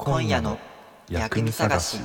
今夜の薬味探し。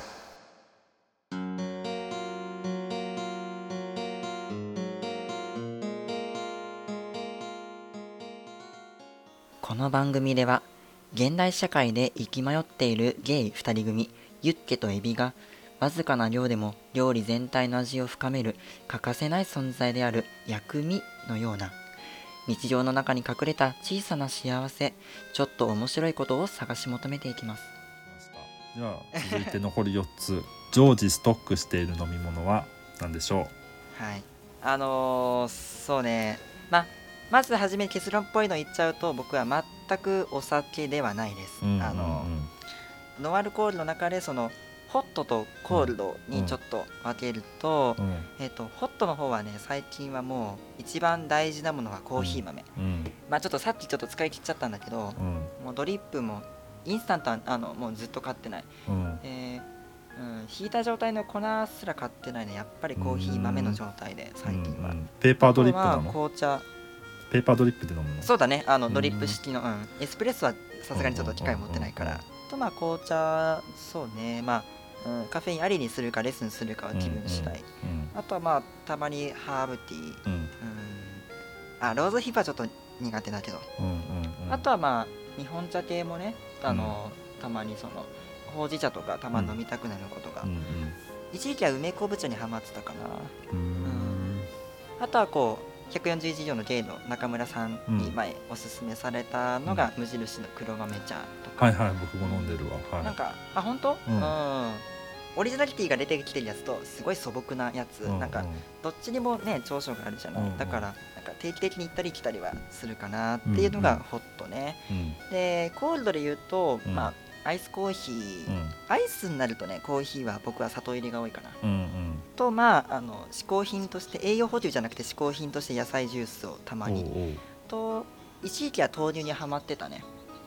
この番組では現代社会で生き迷っているゲイ2人組ユッケとエビがわずかな量でも料理全体の味を深める欠かせない存在である薬味のような日常の中に隠れた小さな幸せ、ちょっと面白いことを探し求めていきます。 じゃあ続いて残り4つ常時ストックしている飲み物は何でしょはいそうね、まずはじめ結論っぽいの言っちゃうと、僕は全くお酒ではないです。 う、 ノンアルコールの中でそのホットとコールドにちょっと分けると、ホットの方はね、最近はもう一番大事なものはコーヒー豆、ちょっとさっきちょっと使い切っちゃったんだけど、もうドリップもインスタントはもうずっと買ってない、引いた状態の粉すら買ってないね。やっぱりコーヒー豆の状態で最近は、 ペーパードリップなの？ 紅茶、 ペーパードリップで飲むの？ そうだね、ドリップ式の、エスプレッソはさすがにちょっと機械持ってないから、と紅茶、そうね、カフェインありにするかレスにするかは気分次第、あとはたまにハーブティー、ローズヒップはちょっと苦手だけど、あとは日本茶系もね、たまにそのほうじ茶とかたまに飲みたくなることが、一時期は梅昆布茶にハマってたかな。あとはこう141以上のゲイの中村さんに前おすすめされたのが無印の黒豆茶とか、 僕も飲んでるわ。 なんか本当、オリジナリティが出てきてるやつとすごい素朴なやつ、なんかどっちにもね長所があるじゃない、だからなんか定期的に行ったり来たりはするかなっていうのがホットね、でコールドで言うと、アイスコーヒー、アイスになるとね、コーヒーは僕は砂糖入りが多いかな、と嗜好品として栄養補給じゃなくて嗜好品として野菜ジュースをたまに、と一時期は豆乳にはまってたね。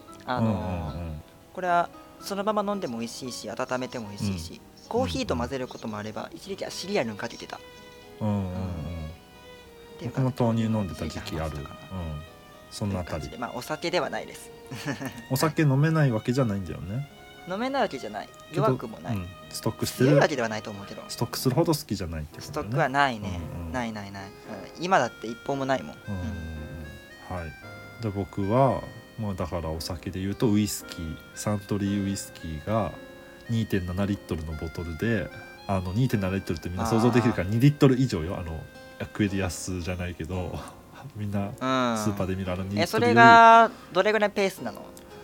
これはそのまま飲んでも美味しいし温めても美味しいし、コーヒーと混ぜることもあれば、一時期はシリアルにかけてた。 僕も豆乳飲んでた時期ある。そんなあたり。 お酒ではないです。 お酒飲めないわけじゃないんだよね。 飲めないわけじゃない、弱くもない、 ストックしてる強いわけではないと思うけど、 ストックするほど好きじゃないってことね。 ストックはないね、ない、今だって一本もないもん。 で僕はもうだからお酒で言うとウイスキー、サントリーウイスキーが 2.7 リットルのボトルで、2.7 リットルってみんな想像できるから2リットル以上よ。アクエリアスじゃないけどみんなスーパーで見る2リットル。 それがどれぐらいペースなの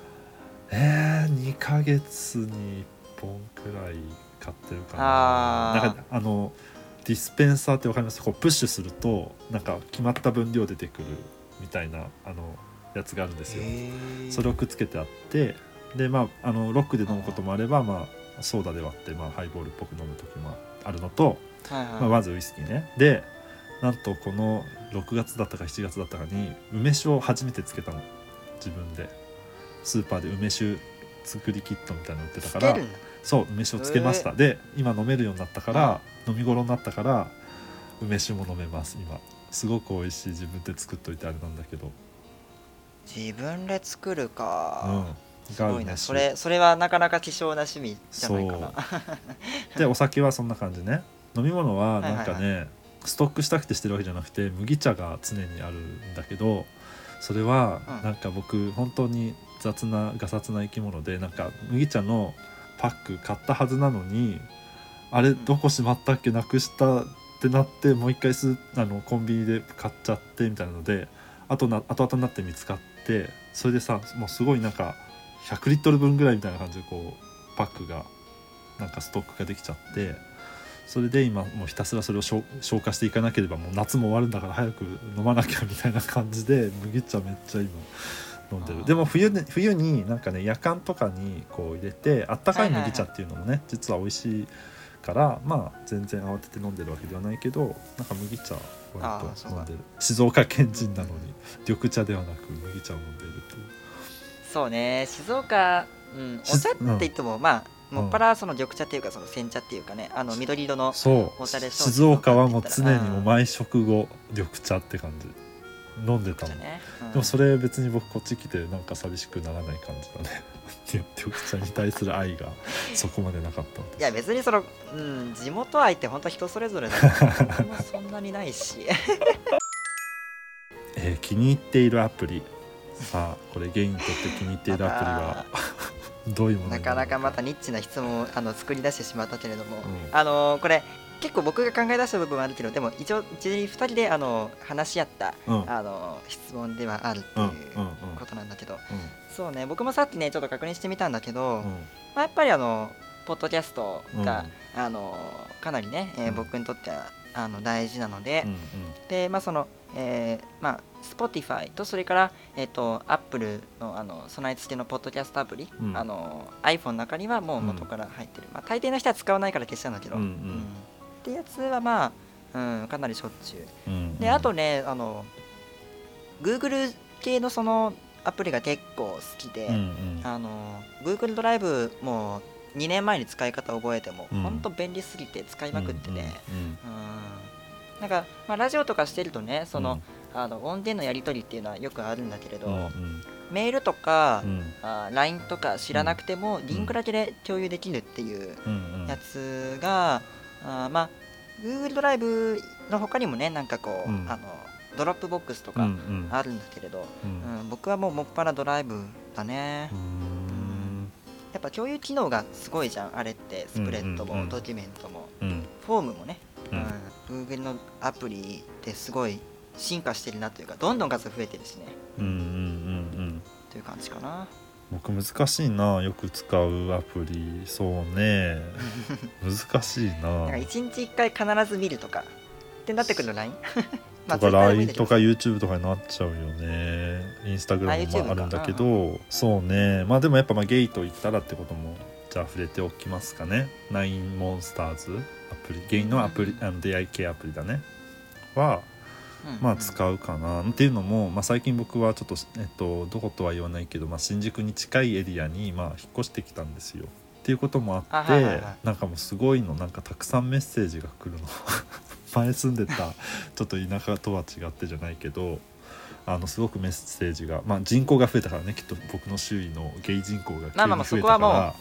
？2ヶ月に1本くらい買ってるかな。なんかディスペンサーってわかります？こうプッシュするとなんか決まった分量出てくるみたいなやつがあるんですよ。それをくっつけてあって、でロックで飲むこともあれば、ソーダで割ってハイボールっぽく飲む時もあるのと、まずウイスキーね。でなんとこの6月だったか7月だったかに梅酒を初めてつけたの。自分でスーパーで梅酒作りキットみたいなの売ってたから、そう梅酒をつけました。で今飲めるようになったから、飲み頃になったから梅酒も飲めます。今すごく美味しい。自分で作っといてあれなんだけど。 自分で作るか、すごいな。それはなかなか希少な趣味じゃないかな。 でお酒はそんな感じね。飲み物はなんかね、ストックしたくてしてるわけじゃなくて麦茶が常にあるんだけど、それはなんか僕本当にガサツな生き物で、なんか麦茶のパック買ったはずなのに、あれどこしまったっけ、なくしたってなって、もう一回コンビニで買っちゃってみたいなので、後々になって見つかって、それでさ、もうすごいなんか100リットル分ぐらいみたいな感じでこうパックがなんかストックができちゃって、それで今もうひたすらそれを消化していかなければもう夏も終わるんだから早く飲まなきゃみたいな感じで麦茶めっちゃ今飲んでる。でも冬になんかね、夜間とかにこう入れてあったかい麦茶っていうのもね、実は美味しいから、全然慌てて飲んでるわけではないけど、なんか麦茶割と飲んでる。静岡県人なのに緑茶ではなく麦茶を飲んでいるという。 そうね、静岡、お茶って言ってももっぱらその緑茶っていうかその煎茶っていうかね、緑色のお茶でしょ。 静岡はもう常にもう毎食後緑茶って感じ。 飲んでたの、 ね、 でもそれ別に僕こっち来てなんか寂しくならない感じだね緑茶に対する愛がそこまでなかったいや別にその、地元愛って本当人それぞれだから僕もそんなにないし気に入っているアプリ、さあこれゲイにとって気に入っているアプリはどういうものなかなかまたニッチな質問を作り出してしまったけれども、これ結構僕が考え出した部分はあるけど、でも一応2人で話し合った、質問ではあるっていうことなんだけど、そうね、僕もさっきねちょっと確認してみたんだけど、やっぱりポッドキャストが、かなりね、僕にとっては大事なので、でそのSpotify とそれからApple の備え付けのポッドキャストアプリ、iPhone の中にはもう元から入ってる、大抵の人は使わないから消したんだけど、ってやつはかなりしょっちゅう、であとねGoogle 系のそのアプリが結構好きで、Google ドライブも2年前に使い方を覚えても、ほんと便利すぎて使いまくってね、なんか、ラジオとかしてるとね、その、音源のやり取りっていうのはよくあるんだけれど、メールとか、LINE とか知らなくても、リンクだけで共有できるっていうやつが、Google ドライブの他にもね、なんかこう、ドロップボックスとかあるんだけれど、僕はもうもっぱらドライブだね。やっぱ共有機能がすごいじゃん、あれって。スプレッドもドキュメントも、フォームもね、Google のアプリってすごい進化してるなというか、どんどん数増えてるしね、という感じかな。 僕難しいな、よく使うアプリ。そうね難しいな。 なんか1日1回必ず見るとかってなってくるの LINE とか LINE とか YouTube とかになっちゃうよね。インスタグラムもあるんだけど、そうね。でもやっぱゲイと言ったらってこともじゃあ触れておきますかね。ナインモンスターズアプリ、ゲイのアプリ、出会い系アプリだねは使うかなっていうのも、最近僕はちょっと、どことは言わないけど、新宿に近いエリアに引っ越してきたんですよっていうこともあって、なんかもうすごいの、なんかたくさんメッセージが来るの前住んでたちょっと田舎とは違ってじゃないけど、すごくメッセージが、人口が増えたからね、きっと僕の周囲のゲイ人口が急に増えたから、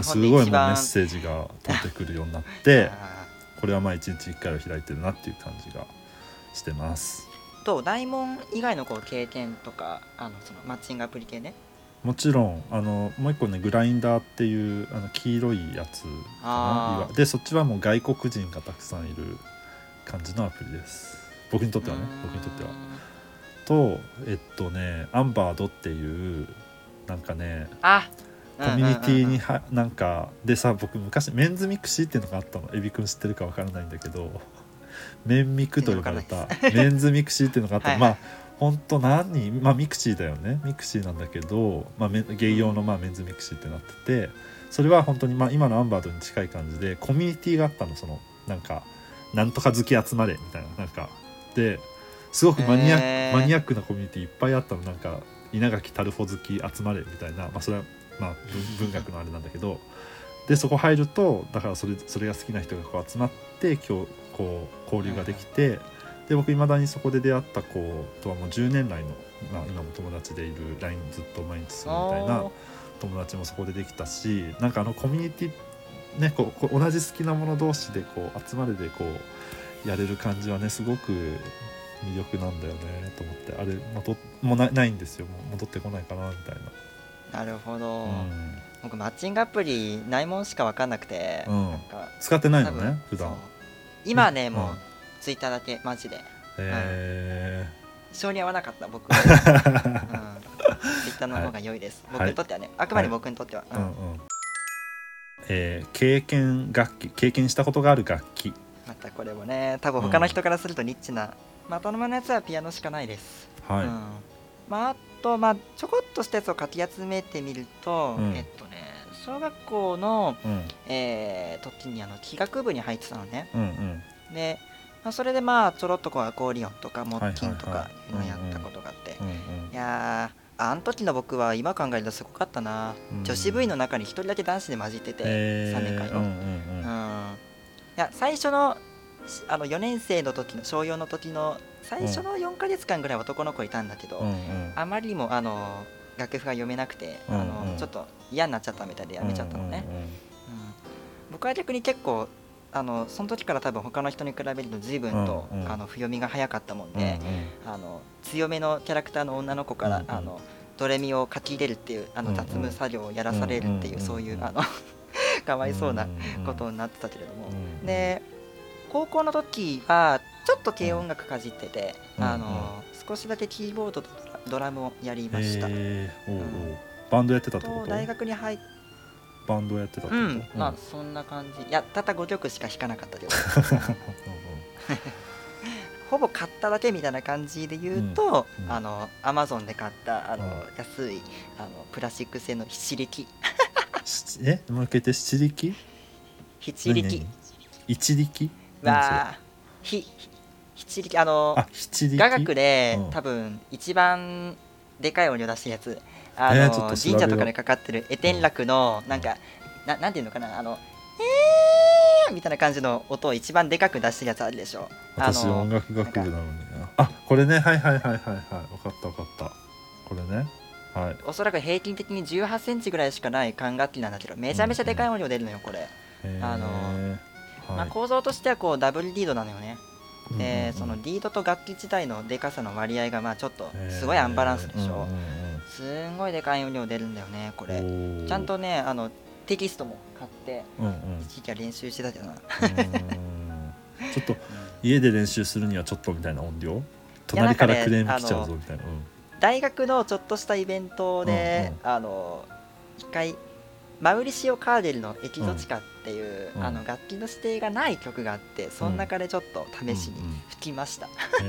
すごいもうメッセージが飛んでくるようになってこれは1日1回は開いてるなっていう感じがしてます。 大門以外の経験とか、そのマッチングアプリ系ね。 もちろんもう一個ね、グラインダーっていう黄色いやつかなで、そっちはもう外国人がたくさんいる感じのアプリです。僕にとってはね。とアンバードっていうなんかね、コミュニティになんかでさ、僕昔メンズミクシーっていうのがあったの。エビ君知ってるかわからないんだけど、メンミクと呼ばれたメンズミクシーっていうのがあった本当何人、ミクシーだよね。ミクシーなんだけど、ゲイ用のメンズミクシーってなってて、それは本当に今のアンバードに近い感じでコミュニティがあったの。そのなんかなんとか好き集まれみたいな、なんかですごくマニアックなコミュニティいっぱいあったの。なんか稲垣タルフォ好き集まれみたいな、それは文学のあれなんだけど、でそこ入ると、だからそれが好きな人が集まって今日交流ができて、で僕いまだにそこで出会った子とはもう10年来の、今も友達でいる、 LINE ずっと毎日するみたいな友達もそこでできたし、なんかコミュニティね、同じ好きなもの同士で集まれでやれる感じはね、すごく魅力なんだよねと思って、あれもうないんですよ。もう戻ってこないかなみたいな。 なるほど、僕マッチングアプリないもんしか分かんなくて、なんか使ってないのね普段。 今はね、もうツイッターだけマジで。性に合わなかった僕は、ツイッターの方が良いです、僕にとってはね、あくまで僕にとっては。 経験したことがある楽器。 またこれもね、多分他の人からするとニッチな、頭のやつはピアノしかないです。あとちょこっとしたやつをかき集めてみると、小学校の、時に器楽部に入ってたのね。で、それでちょろっとアコーディオンとかモッキンとかいうのをやったことがあって、いやあの時の僕は今考えるとすごかったな。女子部員の中に一人だけ男子で混じってて、3年間の。いや最初の 4年生の時の小4の時の最初の4ヶ月間ぐらい男の子いたんだけど、あまりにも楽譜が読めなくて、ちょっと嫌になっちゃったみたいでやめちゃったのね。僕は逆に結構その時から多分他の人に比べると随分と譜読みが早かったもんで、強めのキャラクターの女の子からドレミを書き入れるっていう雑務作業をやらされるっていう、そういうかわいそうなことになってたけれども、で高校の時はちょっと軽音楽かじってて、少しだけキーボードとドラムをやりました。 バンドやってたってこと？ 大学に入っバンドやってたってこと？ まあそんな感じ。いや、たった5曲しか弾かなかったけどほぼ買っただけみたいな感じで言うと、アマゾンで買った安いプラスチック製の七力もう一回言って。七力？ 七力一力は七力雅楽で多分一番でかい音量出してるやつ、神社とかでかかってるエテン楽のなんかなんていうのかな、みたいな感じの音を一番でかく出してるやつあるでしょ。 私音楽学部なのにこれね、はい分かったこれね。はい、 おそらく平均的に18センチぐらいしかない管楽器なんだけど、めちゃめちゃでかい音量出るのよこれ。構造としてはこうダブルリードなのよね。でそのリードと楽器自体のでかさの割合がちょっとすごいアンバランスでしょ。すんごいでかい音量出るんだよねこれ。ちゃんとねテキストも買って一時期は練習してたけどなちょっと家で練習するにはちょっとみたいな音量、隣からクレーム来ちゃうぞみたいな。 大学のちょっとしたイベントで一回マウリシオ・カーデルのエキゾチカっていう、楽器の指定がない曲があって、その中でちょっと試しに吹きました、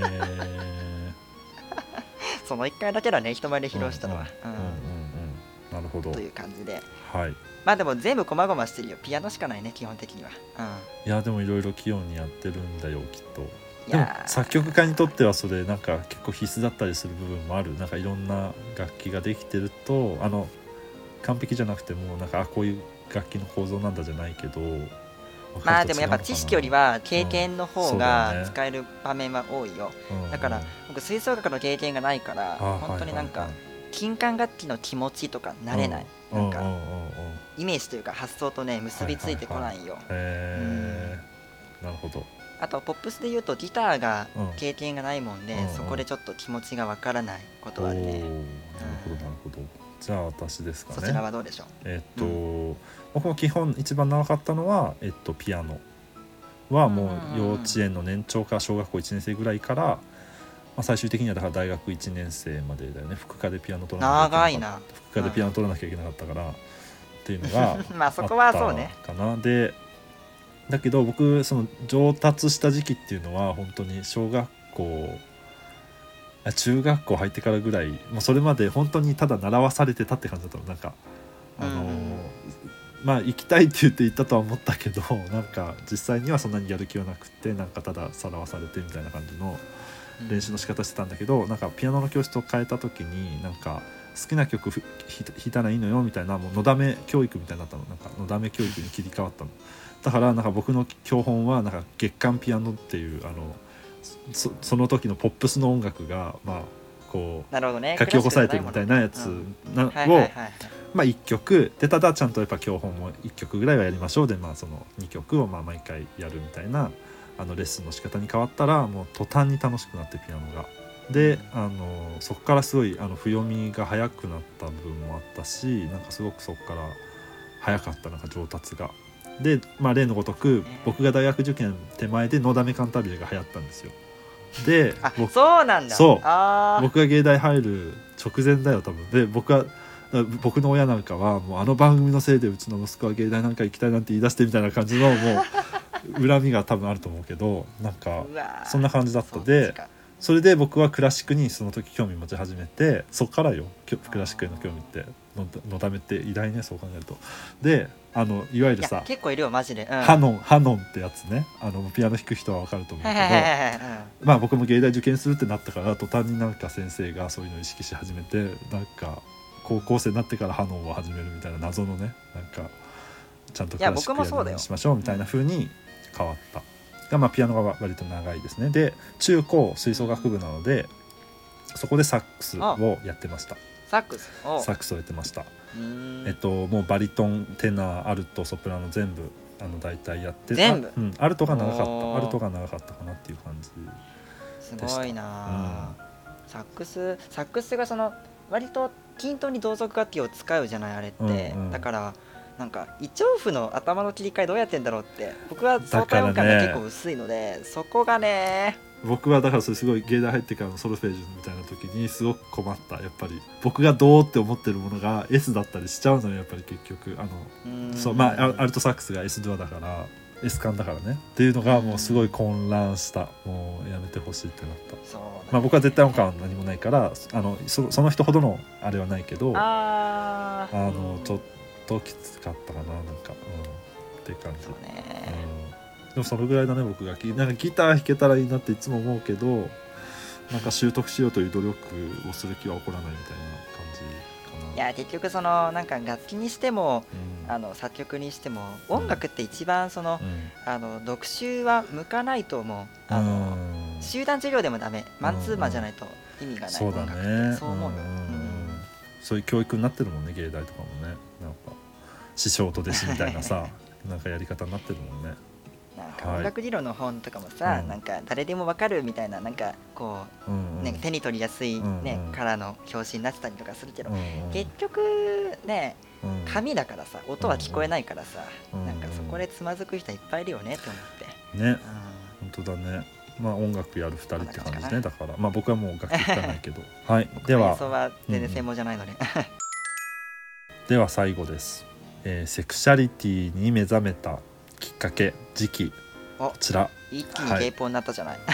その1回だけだね、人前で披露したのは。 なるほど。 という感じで、 はい、 まあでも全部こまごましてるよ。ピアノしかないね基本的には。 いやでもいろいろ器用にやってるんだよきっと。でも作曲家にとってはそれなんか結構必須だったりする部分もある。なんかいろんな楽器ができてると完璧じゃなくてもなんかこういう楽器の構造なんだじゃないけど、 まあでもやっぱ知識よりは経験の方が使える場面は多いよ。だから僕吹奏楽の経験がないから本当になんか金管楽器の気持ちとか慣れない、なんかイメージというか発想とね結びついてこないよ。 なるほど。 あとポップスで言うとギターが経験がないもんで、そこでちょっと気持ちがわからないことはあるね。なるほどなるほど。じゃあ私ですかね。 そちらはどうでしょう？僕も基本一番長かったのはピアノはもう幼稚園の年長から小学校1年生ぐらいから、最終的にはだから大学1年生までだよね。副科でピアノ取らなきゃいけなかった。副科でピアノ取らなきゃいけなかったからっていうのがまあそこはそうねかな。でだけど僕その上達した時期っていうのは本当に小学校中学校入ってからぐらい、もうそれまで本当にただ習わされてたって感じだったの。なんか行きたいって言って行ったとは思ったけど、なんか実際にはそんなにやる気はなくて、なんかたださらわされてみたいな感じの練習の仕方してたんだけど、なんかピアノの教室を変えた時になんか好きな曲弾いたらいいのよみたいな、もうのだめ教育みたいになったの。なんかのだめ教育に切り替わったの。だからなんか僕の教本はなんか月刊ピアノっていうその時のポップスの音楽がこう書き起こされてるみたいなやつを1曲で、ただちゃんとやっぱ教本も1曲ぐらいはやりましょうで、その2曲を毎回やるみたいなレッスンの仕方に変わったら、もう途端に楽しくなってピアノが。でそこからすごい譜読みが早くなった部分もあったし、なんかすごくそこから早かった、なんか上達が。で例のごとく僕が大学受験手前でのだめカンタービレが流行ったんですよ。でそうなんだ。 僕が芸大入る直前だよ多分。で僕の親なんかはもう番組のせいでうちの息子は芸大なんか行きたいなんて言い出してみたいな感じのもう恨みが多分あると思うけど、なんかそんな感じだった。でそれで僕はクラシックにその時興味持ち始めて、そっからよクラシックへの興味ってのだめって偉大ね、そう考えると。でいわゆるさ結構いるよマジで、 ハノンってやつね、ピアノ弾く人は分かると思うけど、僕も芸大受験するってなったから途端になんか先生がそういうのを意識し始めて、なんか高校生になってからハノンを始めるみたいな謎のね、なんかちゃんとクラシックやるようにしましょうみたいな風に変わった。 が、まあ、ピアノが割と長いですね。で中高吹奏楽部なのでそこでサックスをやってました。 サックスをやってました。もうバリトンテナーアルトソプラノ全部大体やって全部、 アルトが長かったかなっていう感じでした。 すごいな、サックスがその割と均等に同族楽器を使うじゃないあれって、だからなんか一調符の頭の切り替えどうやってんだろうって僕は相対音感が結構薄いので、そこがね僕はだからそれすごい芸大入ってからのソルフェージュみたいな時にすごく困った。やっぱり僕がどうって思ってるものが S だったりしちゃうのよやっぱり結局そうまあアルトサックスが S ドアだから S 管だからねっていうのがもうすごい混乱した。もうやめてほしいってなった。そう、ね、まあ僕は絶対音感は何もないからその人ほどのあれはないけどちょっときつかったかななんか、って感じ。そうね、でもそのぐらいだね僕がなんかギター弾けたらいいなっていつも思うけどなんか習得しようという努力をする気は起こらないみたいな感じかな。 いや結局そのなんか楽器にしても、作曲にしても音楽って一番その、読書は向かないと思う。集団授業でもダメマンツーマンじゃないと意味がない。 そうだね、 音楽ってそう思うよ、 そういう教育になってるもんね芸大とかもね。なんか師匠と弟子みたいなさなんかやり方になってるもんね。 なんか音楽理論の本とかもさ、なんか誰でもわかるみたいななんかこう、手に取りやすいね、からの表紙になってたりとかするけど、結局ね紙だからさ音は聞こえないからさ、なんかそこでつまずく人いっぱいいるよねって思ってね、本当だね。まあ音楽やる2人って感じね。だからまあ僕はもう楽器弾かないけどはいでは演奏は全然専門じゃないので、 では最後です、セクシャリティに目覚めたきっかけ時期こちら。 一気にゲイポになったじゃない、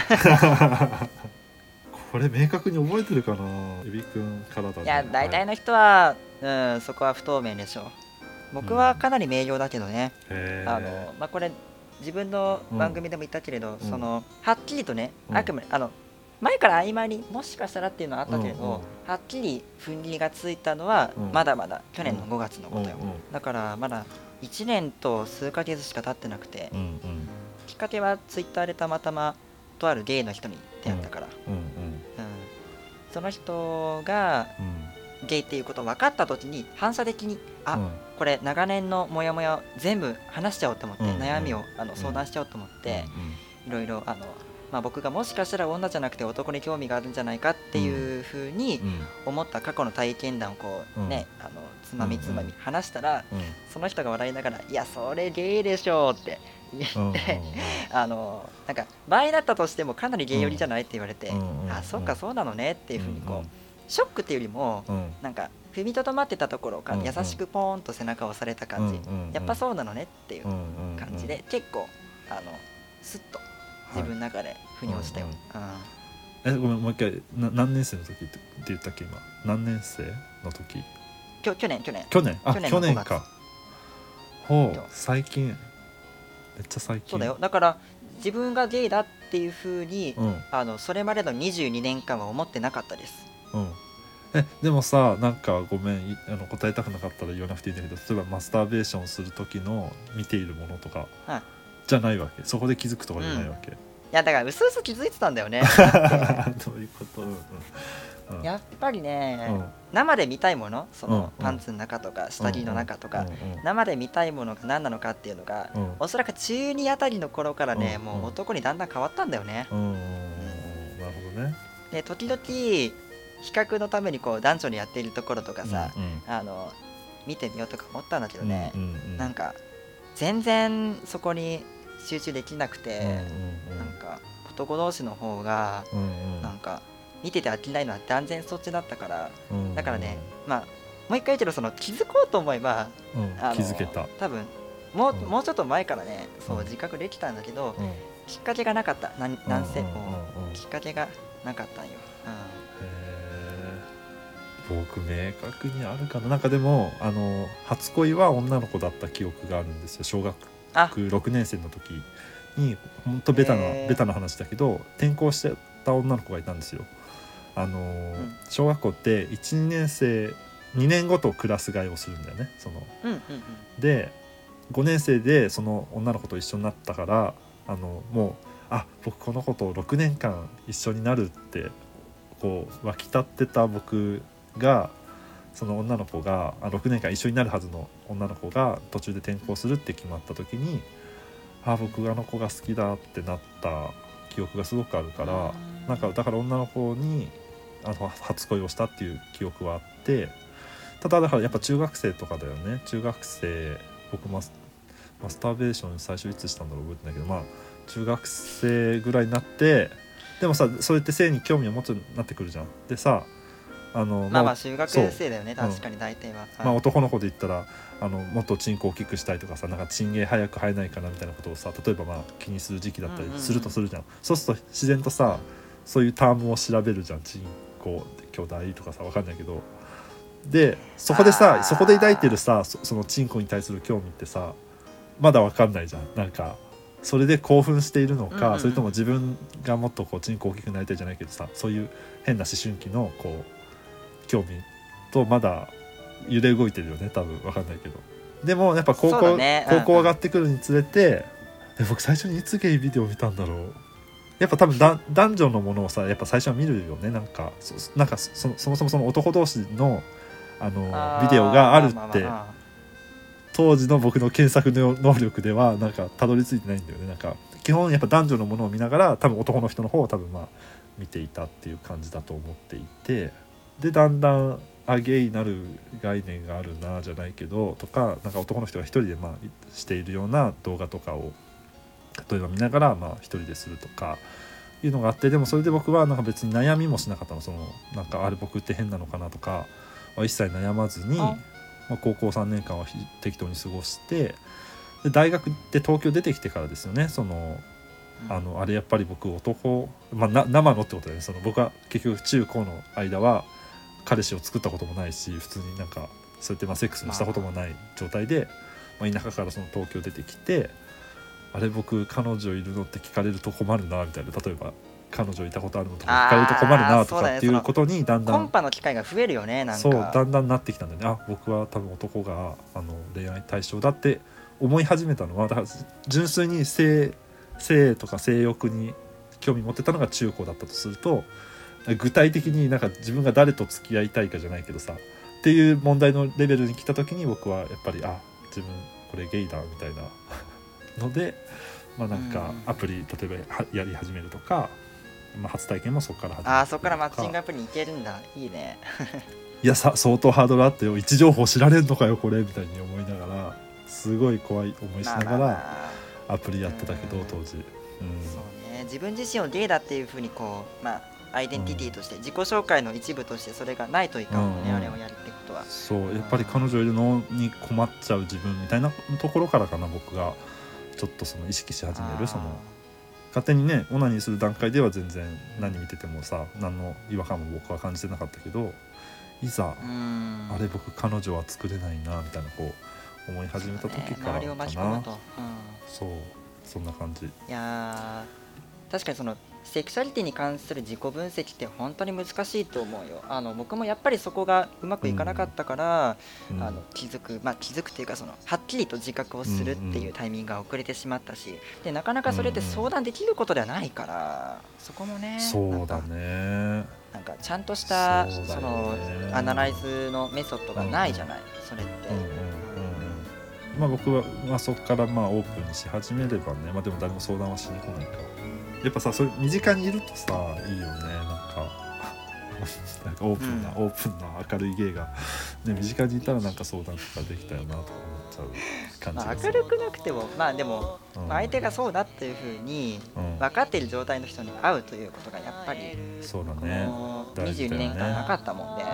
これ明確に覚えてるかなエビくんからだね。 いや大体の人は、そこは不透明でしょう。僕はかなり明瞭だけどね、まあこれ自分の番組でも言ったけれど、そのはっきりとね、あくまで前から曖昧にもしかしたらっていうのはあったけれど、はっきり踏ん切りがついたのはまだまだ去年の5月のことよ、だからまだ1年と数ヶ月しか経ってなくて、きっかけはツイッターでたまたまとあるゲイの人に出会ったから、その人がゲイっていうことを分かった時に反射的にこれ長年のモヤモヤ全部話しちゃおうと思って、悩みを相談しちゃおうと思って、いろいろ僕がもしかしたら女じゃなくて男に興味があるんじゃないかっていうふうに思った過去の体験談をこうね、つまみつまみ話したら、その人が笑いながら「いやそれゲイでしょ」って言ってなんか場合だったとしてもかなりゲイ寄りじゃないって言われて、あそっかそうなのねっていうふうにこうショックっていうよりもなんか踏みとどまってたところから優しくポーンと背中を押された感じ、やっぱそうなのねっていう感じで結構スッと自分の中で腑に落ちたよ。 ごめんもう一回何年生の時って言ったっけ今何年生の時？ 去年去年か。ほう最近めっちゃ最近。 そうだよ。だから自分がゲイだっていう風に、それまでの22年間は思ってなかったです。 でもさなんかごめん答えたくなかったら言わなくていいんだけど、例えばマスターベーションする時の見ているものとかじゃないわけ、そこで気づくとかじゃないわけ、いやだからうすうす気づいてたんだよねどういうこと、 やっぱりね、生で見たいものその、パンツの中とか下着の中とか、生で見たいものが何なのかっていうのが、おそらく中2あたりの頃からね、もう男にだんだん変わったんだよね。 なるほどね。 で時々比較のためにこう男女にやっているところとかさ、見てみようとか思ったんだけどね、なんか全然そこに集中できなくて、なんか男同士の方がなんか見てて飽きないのは断然そっちだったから、だからねもう一回言うけどその気づこうと思えば、 気づけた多分もうちょっと前からねそう自覚できたんだけど、きっかけがなかった。なんせきっかけがなかったんよ。 僕明確にあるかな。なんかでも初恋は女の子だった記憶があるんですよ。小学6年生の時にほんとベタな話だけど転校してた女の子がいたんですよ。小学校って1、2年生2年ごとクラス替えをするんだよね。で5年生でその女の子と一緒になったからもう僕この子と6年間一緒になるってこう湧き立ってた僕が、その女の子が6年間一緒になるはずの女の子が途中で転校するって決まった時に、僕あの子が好きだってなった記憶がすごくあるから、なんかだから女の子に初恋をしたっていう記憶はあって、ただだからやっぱ中学生とかだよね。中学生僕マスターベーション最初いつしたんだろう覚えてないけど、中学生ぐらいになって、でもさそうやって性に興味を持つようになってくるじゃん。でさ中学生だよね、確かに大体は、 男の子で言ったらもっとチンコ大きくしたいとかさ、なんかチンゲー早く生えないかなみたいなことをさ、例えば気にする時期だったりするとするじゃん、そうすると自然とさそういうタームを調べるじゃん。チンコ巨大とかさ、分かんないけど、でそこで抱いてるさそのチンコに対する興味ってさまだ分かんないじゃん。なんかそれで興奮しているのか、それとも自分がもっとこうチンコ大きくなりたいじゃないけどさ、そういう変な思春期のこう興味とまだ揺れ動いてるよね多分。分かんないけど、でもやっぱ高校上がってくるにつれて、僕最初にいつゲイビデオ見たんだろう。やっぱ多分男女のものをさやっぱ最初は見るよね。なんかそもそもその男同士のビデオがあるって当時の僕の検索の能力ではなんかたどり着いてないんだよね。なんか基本やっぱ男女のものを見ながら多分男の人の方を多分見ていたっていう感じだと思っていて、でだんだんゲイになる概念があるなじゃないけどとか、なんか男の人が一人でしているような動画とかを例えば見ながら一人でするとかいうのがあって、でもそれで僕はなんか別に悩みもしなかったの。なんか僕って変なのかなとかは一切悩まずに、高校3年間は適当に過ごして、で大学で東京出てきてからですよね。あれやっぱり僕男、生のってことでね、僕は結局中高の間は彼氏を作ったこともないし、普通になんかそうやってセックスもしたこともない状態で、田舎から東京出てきて、僕彼女いるのって聞かれると困るなみたいな、例えば彼女いたことあるのとか聞かれると困るなとかっていうことにだんだんコンパの機会が増えるよね。なんかそうだんだんなってきたんだよね。僕は多分男が恋愛対象だって思い始めたのは、だから純粋に性とか性欲に興味持ってたのが中高だったとすると、具体的になんか自分が誰と付き合いたいかじゃないけどさっていう問題のレベルに来た時に、僕はやっぱり自分これゲイだみたいなので、なんかアプリ例えばやり始めるとか、初体験もそこから始める。 そこからマッチングアプリに行けるんだ。いいねいや相当ハードルあってよ、位置情報知られんのかよこれみたいに思いながら、すごい怖い思いしながらアプリやってたけど当時、そうね、自分自身をゲイだっていう風にこうアイデンティティとして自己紹介の一部としてそれがないといかんもんね、あれをやるってことは。 そうやっぱり彼女いるのに困っちゃう自分みたいなところからかな、僕がちょっと意識し始める。勝手にねオナニーする段階では全然何見ててもさ何の違和感も僕は感じてなかったけど、いざ僕彼女は作れないなみたいな思い始めた時からかな、 周りを巻き込むと、 そんな感じ。いや確かにセクシャリティに関する自己分析って本当に難しいと思うよ。僕もやっぱりそこがうまくいかなかったから、気づくというかはっきりと自覚をするっていうタイミングが遅れてしまったし、でなかなかそれって相談できることではないから、そこもね、 そうだね、 なんかちゃんとしたアナライズのメソッドがないじゃない、それって。 僕はそこからオープンにし始めればね、でも誰も相談はしに来ないか。やっぱさ、それ身近にいるとさいいよね。なんかオープンな明るい芸が、ね、身近にいたらなんか相談とかできたよなとか思っちゃう感じがする。 明るくなくてもでも、相手がそうだっていう風に分かっている状態の人に会うということがやっぱり、 そうだね、 22年間なかったもんで。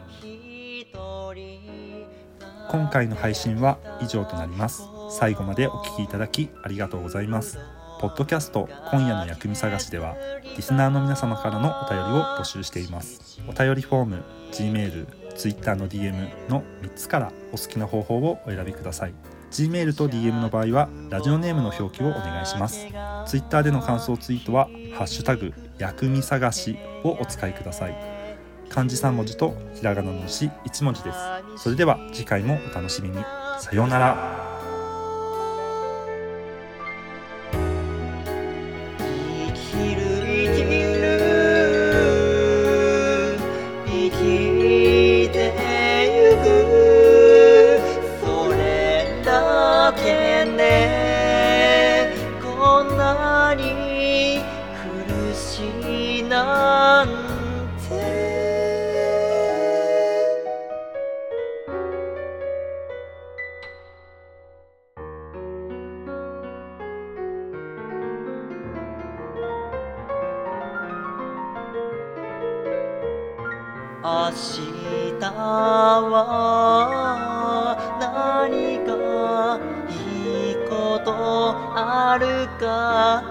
今回の配信は以上となります。最後までお聞きいただきありがとうございます。ポッドキャスト今夜の薬味探しではリスナーの皆様からのお便りを募集しています。お便りフォーム、Gmail、Twitter の DM の3つからお好きな方法をお選びください。Gmail と DM の場合はラジオネームの表記をお願いします。Twitter での感想ツイートはハッシュタグ薬味探しをお使いください。漢字3文字とひらがなのし1文字です。それでは次回もお楽しみに。さようなら。 明日は何かいいことあるか